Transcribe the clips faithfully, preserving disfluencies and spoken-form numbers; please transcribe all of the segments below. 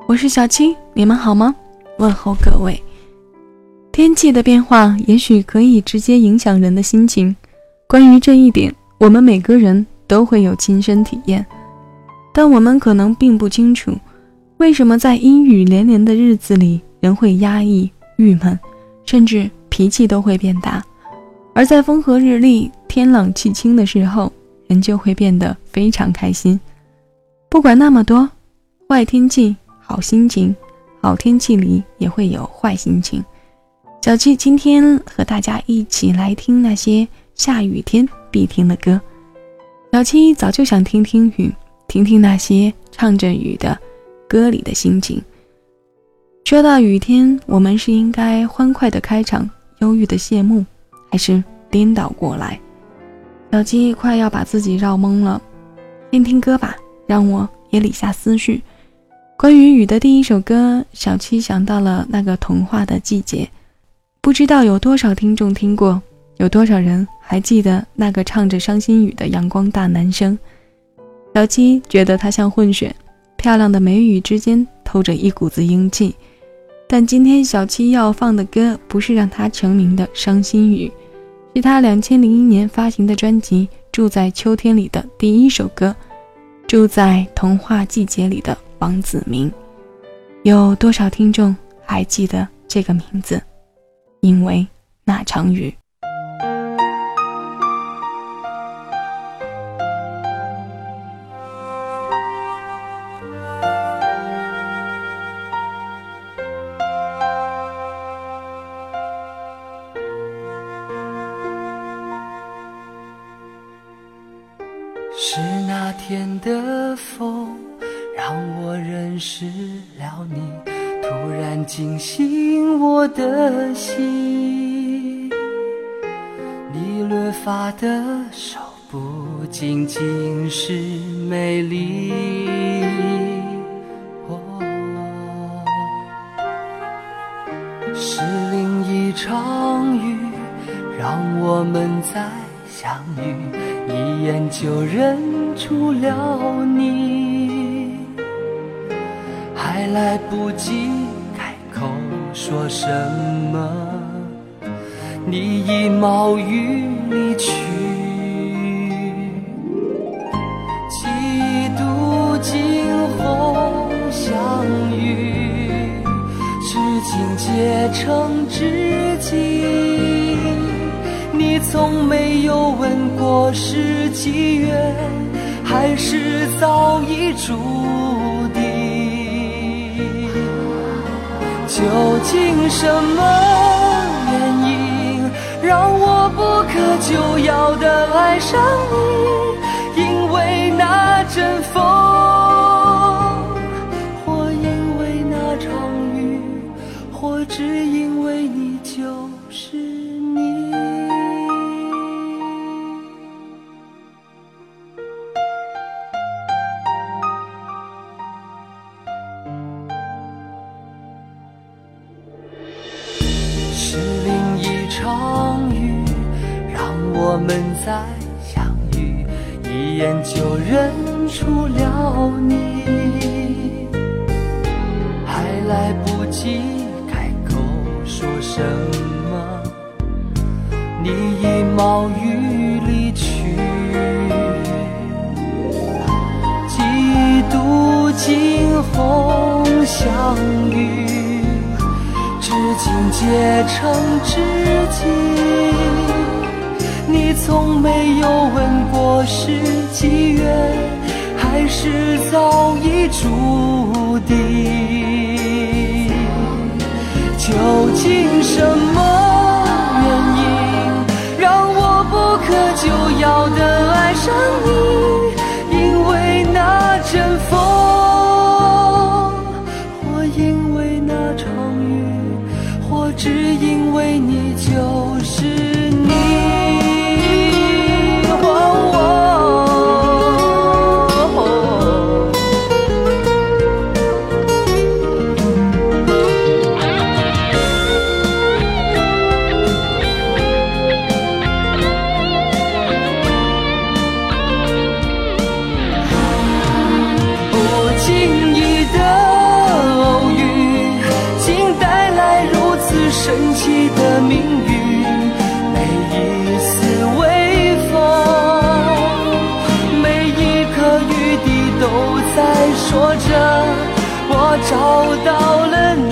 我是小七，你们好吗？问候各位。天气的变化也许可以直接影响人的心情，关于这一点，我们每个人都会有亲身体验，但我们可能并不清楚，为什么在阴雨连连的日子里，人会压抑、郁闷，甚至脾气都会变大，而在风和日丽、天朗气清的时候，人就会变得非常开心。不管那么多，坏天气好心情，好天气里也会有坏心情。小七今天和大家一起来听那些下雨天必听的歌。小七早就想听听雨，听听那些唱着雨的歌里的心情。说到雨天，我们是应该欢快的开场，忧郁的谢幕，还是颠倒过来？小七快要把自己绕懵了。先听歌吧，让我也理下思绪。关于雨的第一首歌，小七想到了那个童话的季节。不知道有多少听众听过，有多少人还记得那个唱着伤心雨的阳光大男生。小七觉得他像混血，漂亮的眉宇之间透着一股子英气。但今天小七要放的歌不是让他成名的伤心雨，是他两千零一年发行的专辑《住在秋天里》的第一首歌，住在童话季节里的王子明。有多少听众还记得这个名字？因为那场雨。 是那天的风让我认识了你，突然惊醒我的心，你掠发的手不仅仅是美丽，哦，是另一场雨让我们再相遇，一眼就认出了你，还来不及开口说什么，你已冒雨离去。几度惊鸿相遇，至今结成知己，你从没有问过是机缘还是早已注定，究竟什么原因让我不可救药地爱上你？因为那阵风，或因为那场雨，或只因为你就是你。是另一场雨让我们再相遇，一眼就认出了你，还来不及开口说什么，你已冒雨离去。几度惊鸿相遇，至今结成知己，你从没有问过是机缘还是早已注定，究竟什么原因让我不可救药地爱上你？因为那阵风，或因为那场雨，或只因为你就是你。哦哦找到了你。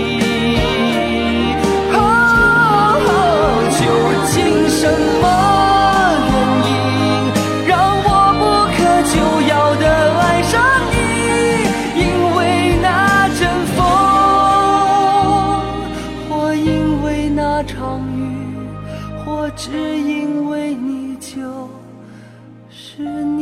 哦，究竟什么原因让我不可救药地爱上你？因为那阵风，或因为那场雨，或只因为你就是你。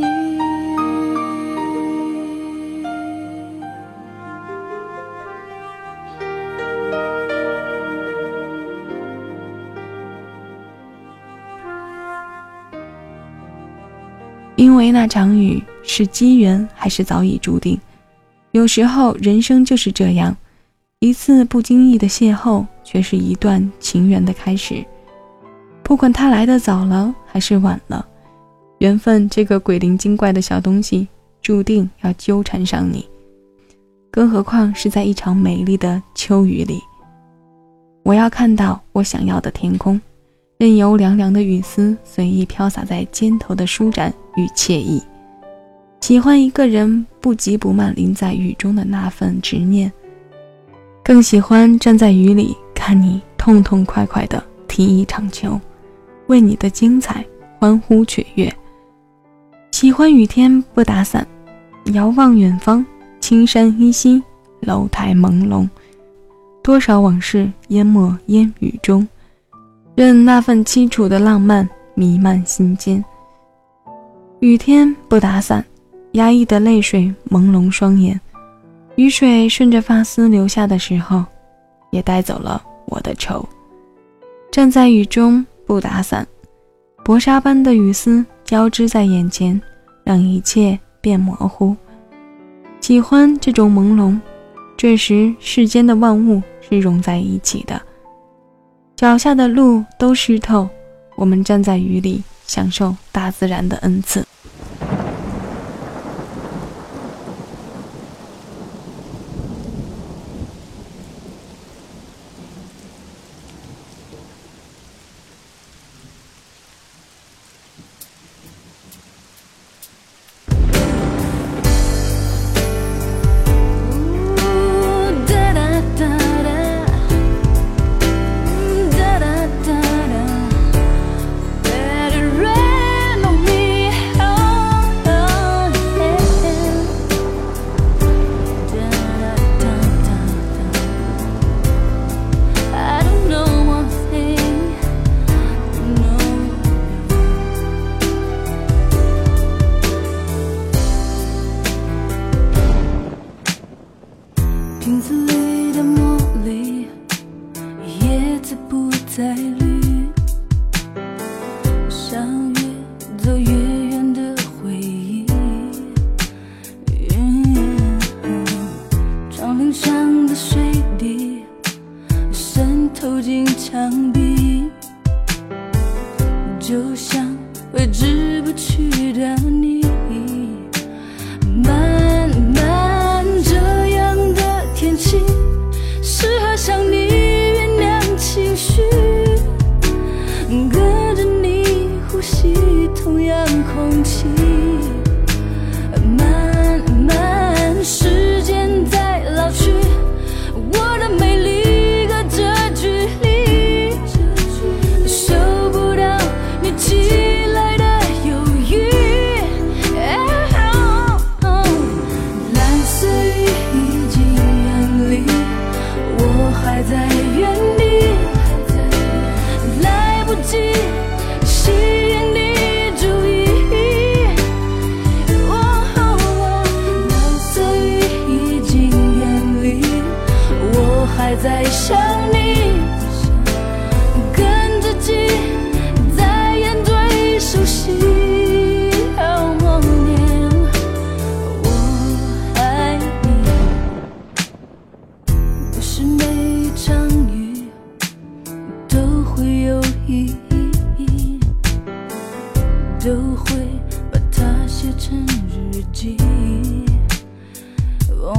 因为那场雨是机缘还是早已注定？有时候人生就是这样，一次不经意的邂逅却是一段情缘的开始。不管它来得早了还是晚了，缘分这个鬼灵精怪的小东西注定要纠缠上你，更何况是在一场美丽的秋雨里。我要看到我想要的天空，任由凉凉的雨丝随意飘洒在肩头的舒展与惬意。喜欢一个人不急不慢淋在雨中的那份执念，更喜欢站在雨里看你痛痛快快地踢一场球，为你的精彩欢呼雀跃。喜欢雨天不打伞，遥望远方，青山依稀，楼台朦胧，多少往事淹没烟雨中，任那份凄楚的浪漫弥漫心间。雨天不打伞，压抑的泪水朦胧双眼，雨水顺着发丝流下的时候，也带走了我的愁。站在雨中不打伞，薄纱般的雨丝交织在眼前，让一切变模糊。喜欢这种朦胧，这时世间的万物是融在一起的，脚下的路都湿透，我们站在雨里享受大自然的恩赐。 瓶子里的茉莉，叶子不再绿，像越走越远的回忆。嗯，窗棂上的水滴渗透进墙壁，就像挥之不去的你。慢慢这样的天气，适合向你酝酿情绪，跟着你呼吸同样空气。慢慢时间在老去，我的美丽隔着距离，收不到你寄来的犹豫。蓝色雨已经远离，我还在原地，来不及吸引你注意。蓝色雨已经远离，我还在想你，跟自己在眼对熟悉。默念我爱你，不是每一场雨都会有意义，都会把它写成日记。哦，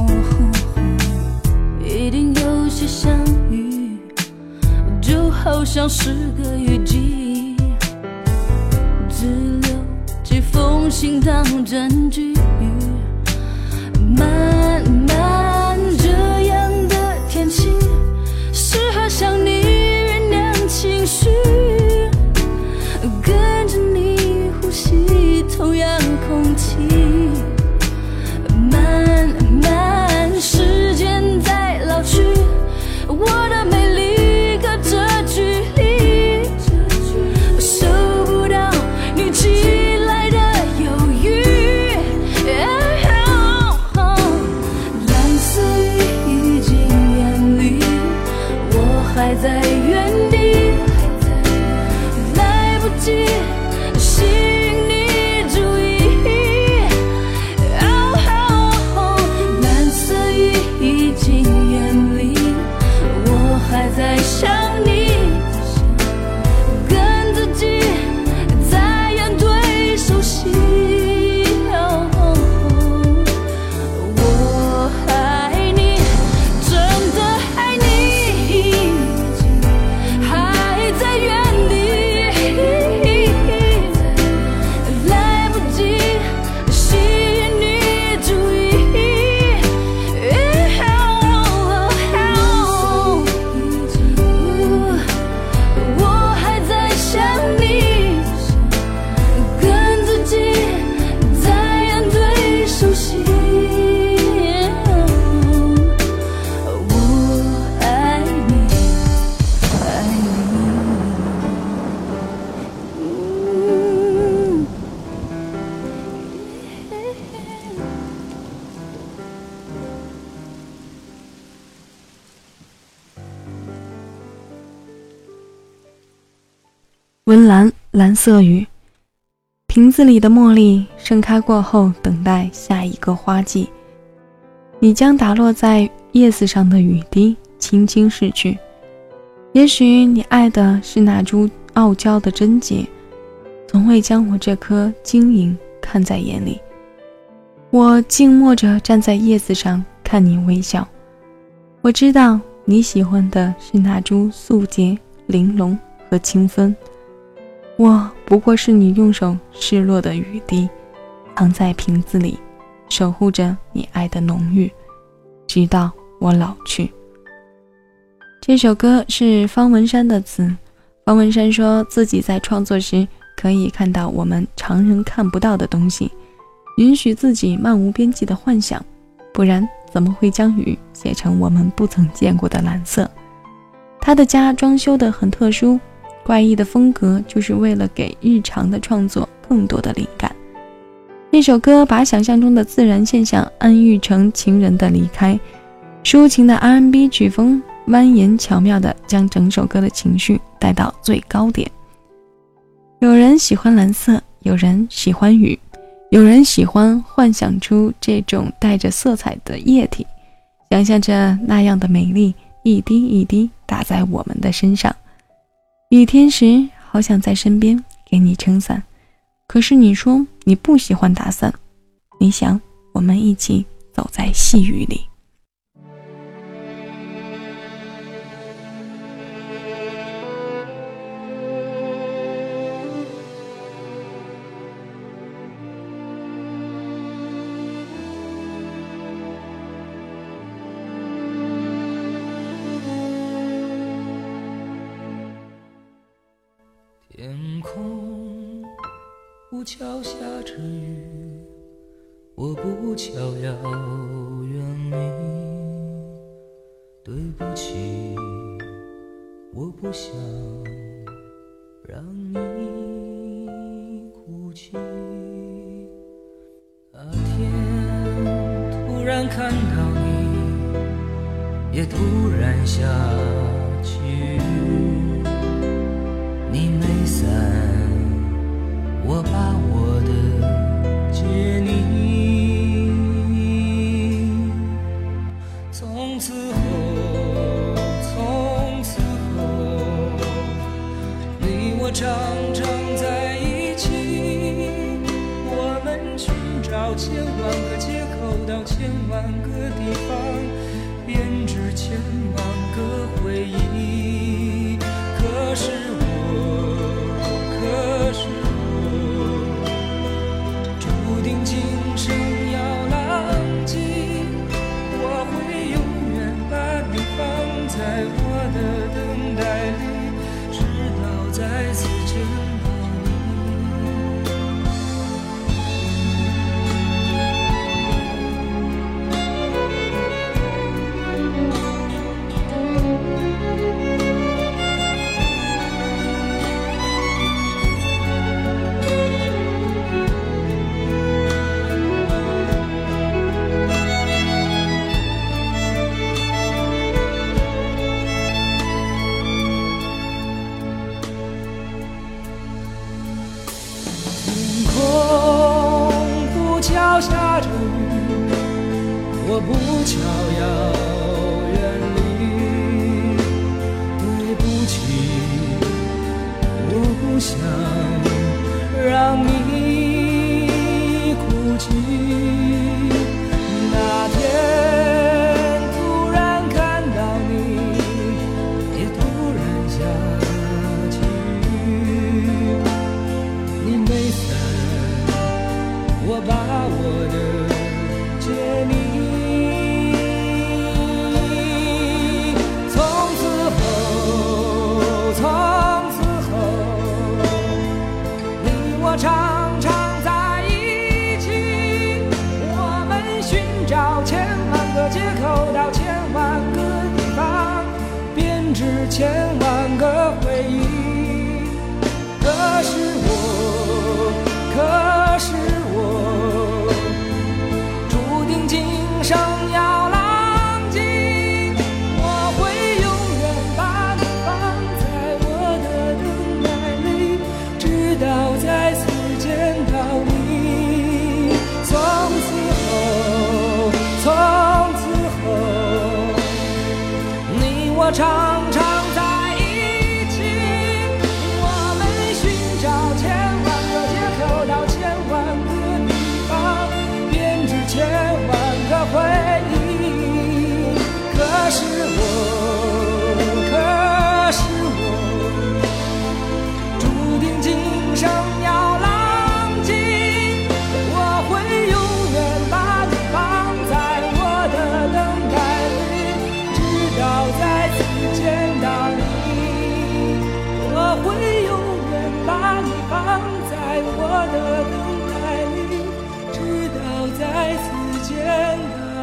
一定有些相遇，就好像是个雨季，只留几封信当证据。慢慢这温岚蓝色雨，瓶子里的茉莉盛开过后，等待下一个花季。你将打落在叶子上的雨滴轻轻逝去。也许你爱的是那株傲娇的贞洁，从未将我这颗晶莹看在眼里。我静默着站在叶子上看你微笑。我知道你喜欢的是那株素洁、玲珑和清芬，我不过是你用手拭落的雨滴，藏在瓶子里，守护着你爱的浓郁，直到我老去。这首歌是方文山的词。方文山说自己在创作时可以看到我们常人看不到的东西，允许自己漫无边际的幻想，不然怎么会将雨写成我们不曾见过的蓝色。他的家装修得很特殊，怪异的风格就是为了给日常的创作更多的灵感。这首歌把想象中的自然现象暗喻成情人的离开，抒情的 R and B 曲风蜿蜒巧妙地将整首歌的情绪带到最高点。有人喜欢蓝色，有人喜欢雨，有人喜欢幻想出这种带着色彩的液体，想象着那样的美丽一滴一滴打在我们的身上。雨天时好想在身边给你撑伞，可是你说你不喜欢打伞，你想我们一起走在细雨里。 天空不桥下着雨，我不悄遥远离。对不起，我不想让你哭泣。那天突然看到你，也突然下起雨。你没伞，我把我的借你。从此后，从此后，你我常常在一起。我们寻找千万个借口，到千万个地方，编织千万个回忆。可是我可是我注定今生要浪迹，我会永远把你放在我的等待里，直到再次见到下着雨，我不悄遥远离。对不起，我不想让你哭泣。那天突然看到你，也突然下起雨。你没伞，我把我的借你。从此后，从此后，你我常常在一起。我们寻找千万个借口，到千万个地方，编织千万个回忆。可是我，可是我注定今生要浪迹，我会永远把你放在我的等待里， 我常常在一起。我们寻找千万个借口到千万个地方，编织千万个回忆。可是我，可是我，注定今生要浪迹。我会永远把你放在我的等待里，直到再次见到你。我会永远把你放在我的等待里，直到再次见到你。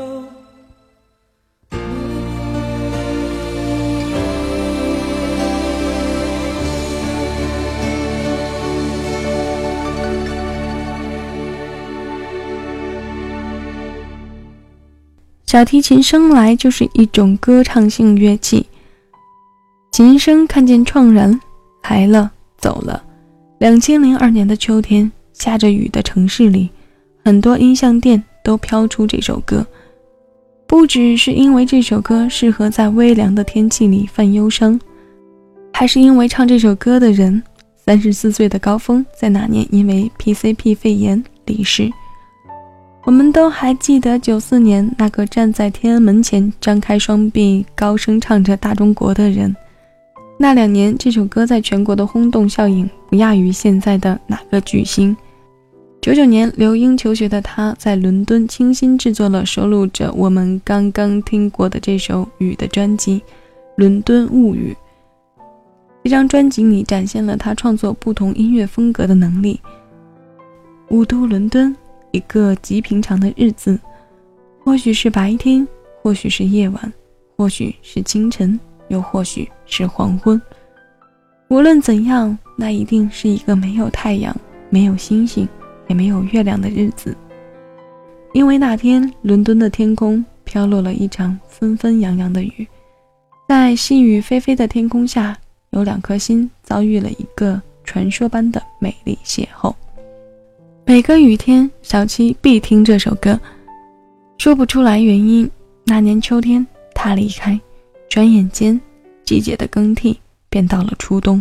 小提琴生来就是一种歌唱性乐器，琴声看见怆然，来了走了。两千零二年的秋天，下着雨的城市里，很多音像店都飘出这首歌。不只是因为这首歌适合在微凉的天气里泛忧伤，还是因为唱这首歌的人，三十四岁的高峰在那年因为 P C P 肺炎离世。我们都还记得九四年那个站在天安门前张开双臂高声唱着大中国的人。那两年这首歌在全国的轰动效应不亚于现在的哪个巨星。九九年留英求学的他在伦敦倾心制作了收录着我们刚刚听过的这首雨的专辑《伦敦物语》。这张专辑里展现了他创作不同音乐风格的能力。雾都伦敦，一个极平常的日子，或许是白天，或许是夜晚，或许是清晨，又或许是黄昏。无论怎样，那一定是一个没有太阳，没有星星，也没有月亮的日子。因为那天伦敦的天空飘落了一场纷纷扬扬的雨，在细雨霏霏的天空下，有两颗心遭遇了一个传说般的美丽邂逅。每个雨天，小七必听这首歌，说不出来原因。那年秋天，他离开，转眼间，季节的更替便到了初冬。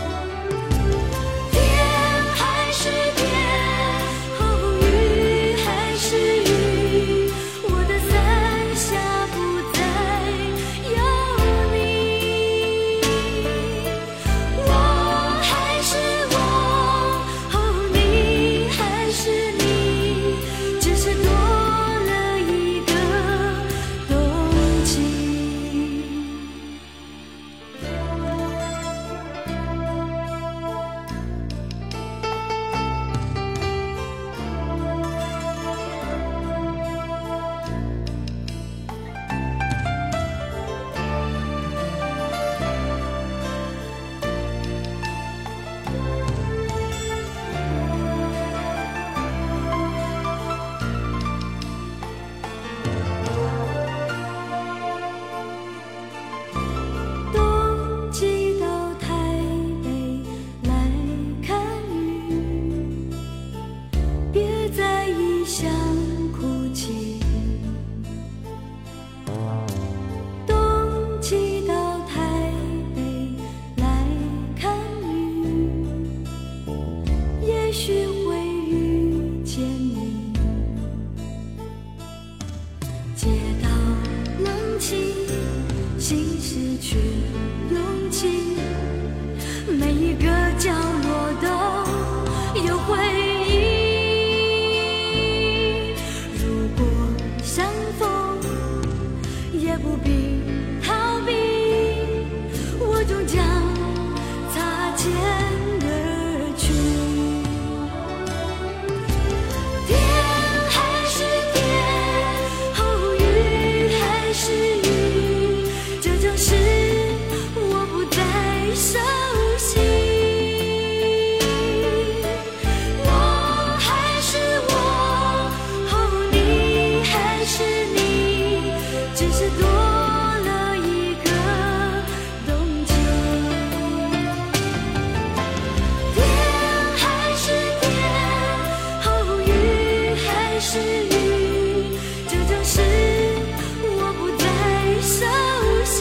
天还是天，风雨还别在异乡哭泣。冬季到台北来看雨，也许会遇见你。街道冷清，心失去勇气，每一个角落都有回忆。如果相逢，也不必逃避，我终将擦肩而去。天还是天，哦，雨还是雨，这城市我不再熟悉。我还是我，哦，你还是你，只是多了一个冬季。天还是天，哦，雨还是雨，这城市我不再熟悉。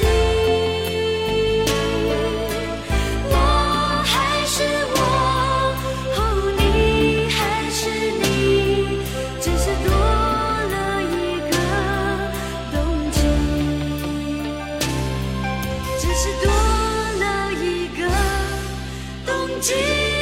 我还是我，哦，你还是你，只是多了一个冬季，只是多了一个冬季。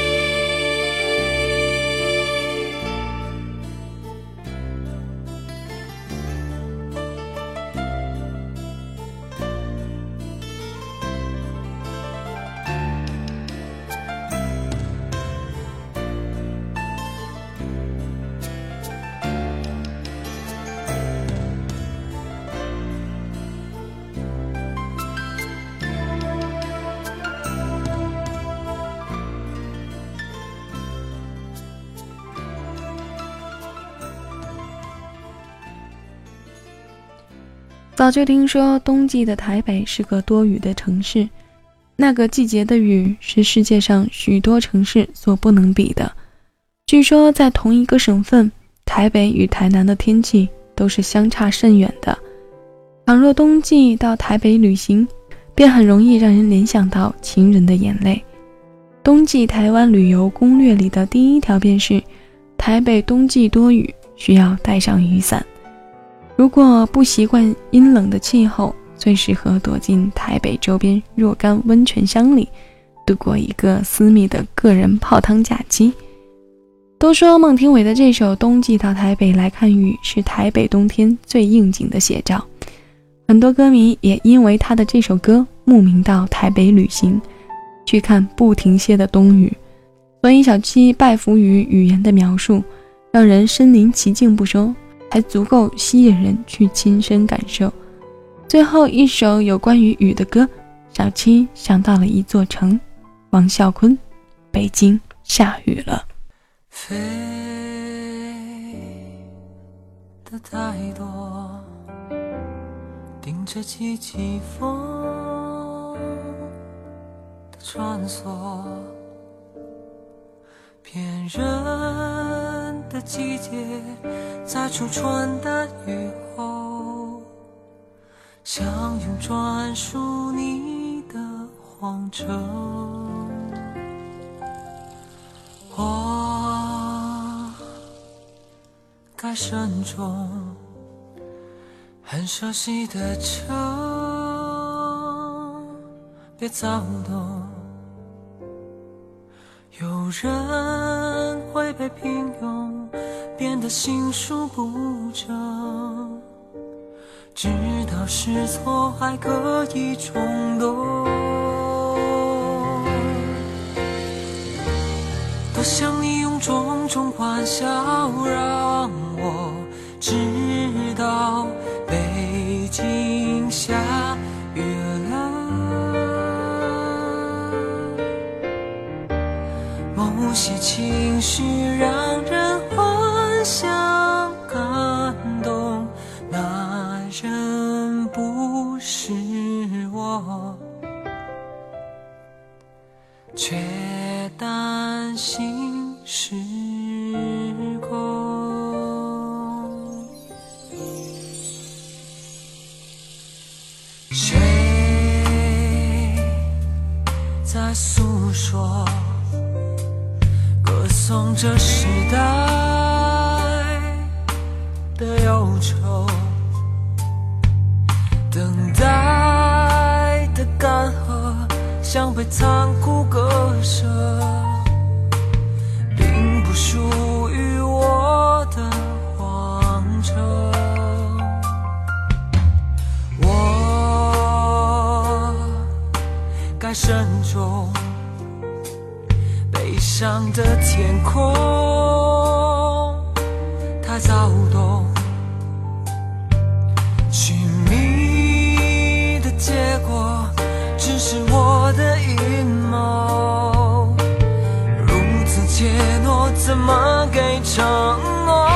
早就听说冬季的台北是个多雨的城市，那个季节的雨是世界上许多城市所不能比的。据说在同一个省份，台北与台南的天气都是相差甚远的。倘若冬季到台北旅行，便很容易让人联想到情人的眼泪。冬季台湾旅游攻略里的第一条便是台北冬季多雨，需要带上雨伞。如果不习惯阴冷的气候，最适合躲进台北周边若干温泉乡里，度过一个私密的个人泡汤假期。都说孟庭苇的这首《冬季到台北来看雨》是台北冬天最应景的写照，很多歌迷也因为他的这首歌慕名到台北旅行，去看不停歇的冬雨。所以小七拜服于语言的描述，让人身临其境不说，还足够吸引人去亲身感受。最后一首有关于雨的歌，小七想到了一座城，王啸坤，北京下雨了。 飞的太多，盯着起起风的穿梭，骗人的季节，在初春的雨后，想用专属你的荒城。我该慎重，很熟悉的城，别躁动。有人会被平庸变得心术不正，知道是错还可以冲动。多想你用种种欢笑让我知道北京下雨了。某些情绪让人幻想感动，那人不是我，却担心是过。 愁，等待的干涸像被残酷割舍，并不属于我的荒城。我该慎重，悲伤的天空太躁动，寻觅的结果只是我的阴谋，如此怯懦怎么给承诺？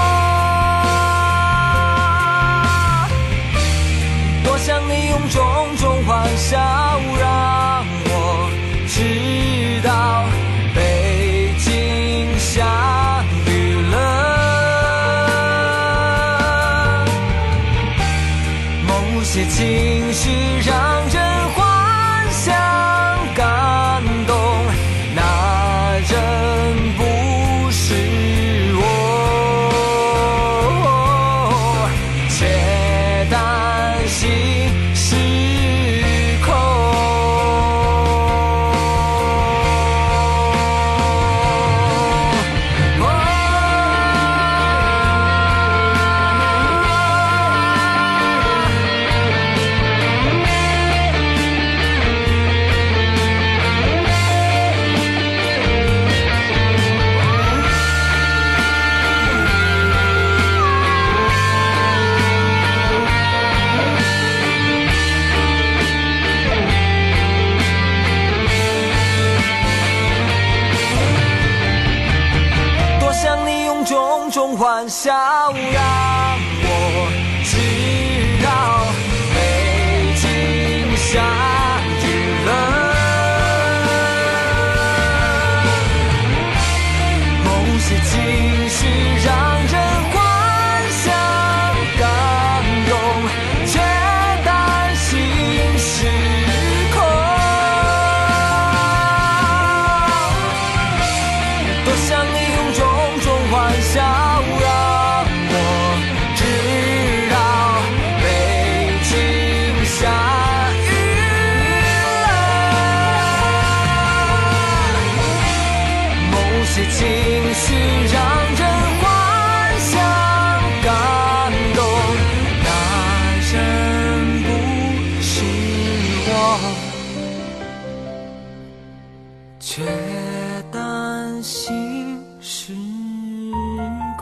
多想你用种种欢笑让我知道北京下雨了，某些情绪让人幻想感动，那人不是我，且担心失控。种种欢笑让我知道北京下雨了，某些情绪让人幻想感动，却担心失控。多想你用种种欢笑让我知道北京下雨了，某些情绪让人幻想感动，那人不是我，却担心失控。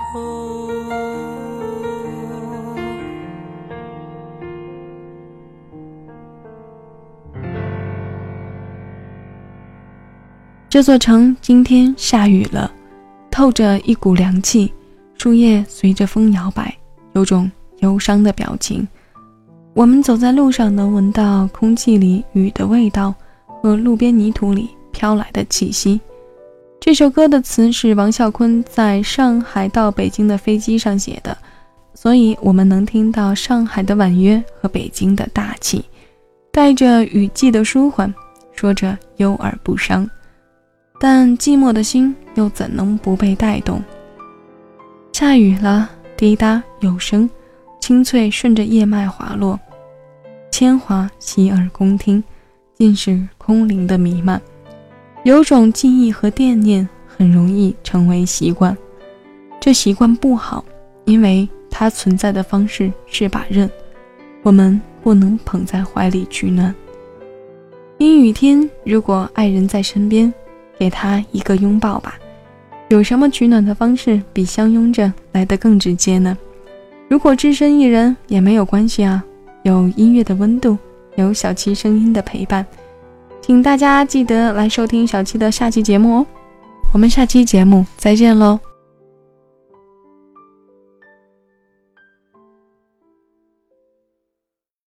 这座城今天下雨了，透着一股凉气，树叶随着风摇摆，有种忧伤的表情。我们走在路上，能闻到空气里雨的味道和路边泥土里飘来的气息。这首歌的词是王啸坤在上海到北京的飞机上写的，所以我们能听到上海的婉约和北京的大气，带着雨季的舒缓，说着忧而不伤。但寂寞的心又怎能不被带动？下雨了，滴答有声，清脆顺着叶脉滑落，铅华洗耳恭听，尽是空灵的弥漫。有种记忆和惦念很容易成为习惯，这习惯不好，因为它存在的方式是把刃，我们不能捧在怀里取暖。阴雨天，如果爱人在身边，给他一个拥抱吧。有什么取暖的方式比相拥着来得更直接呢？如果只身一人也没有关系啊，有音乐的温度，有小七声音的陪伴。请大家记得来收听小七的下期节目哦，我们下期节目再见喽。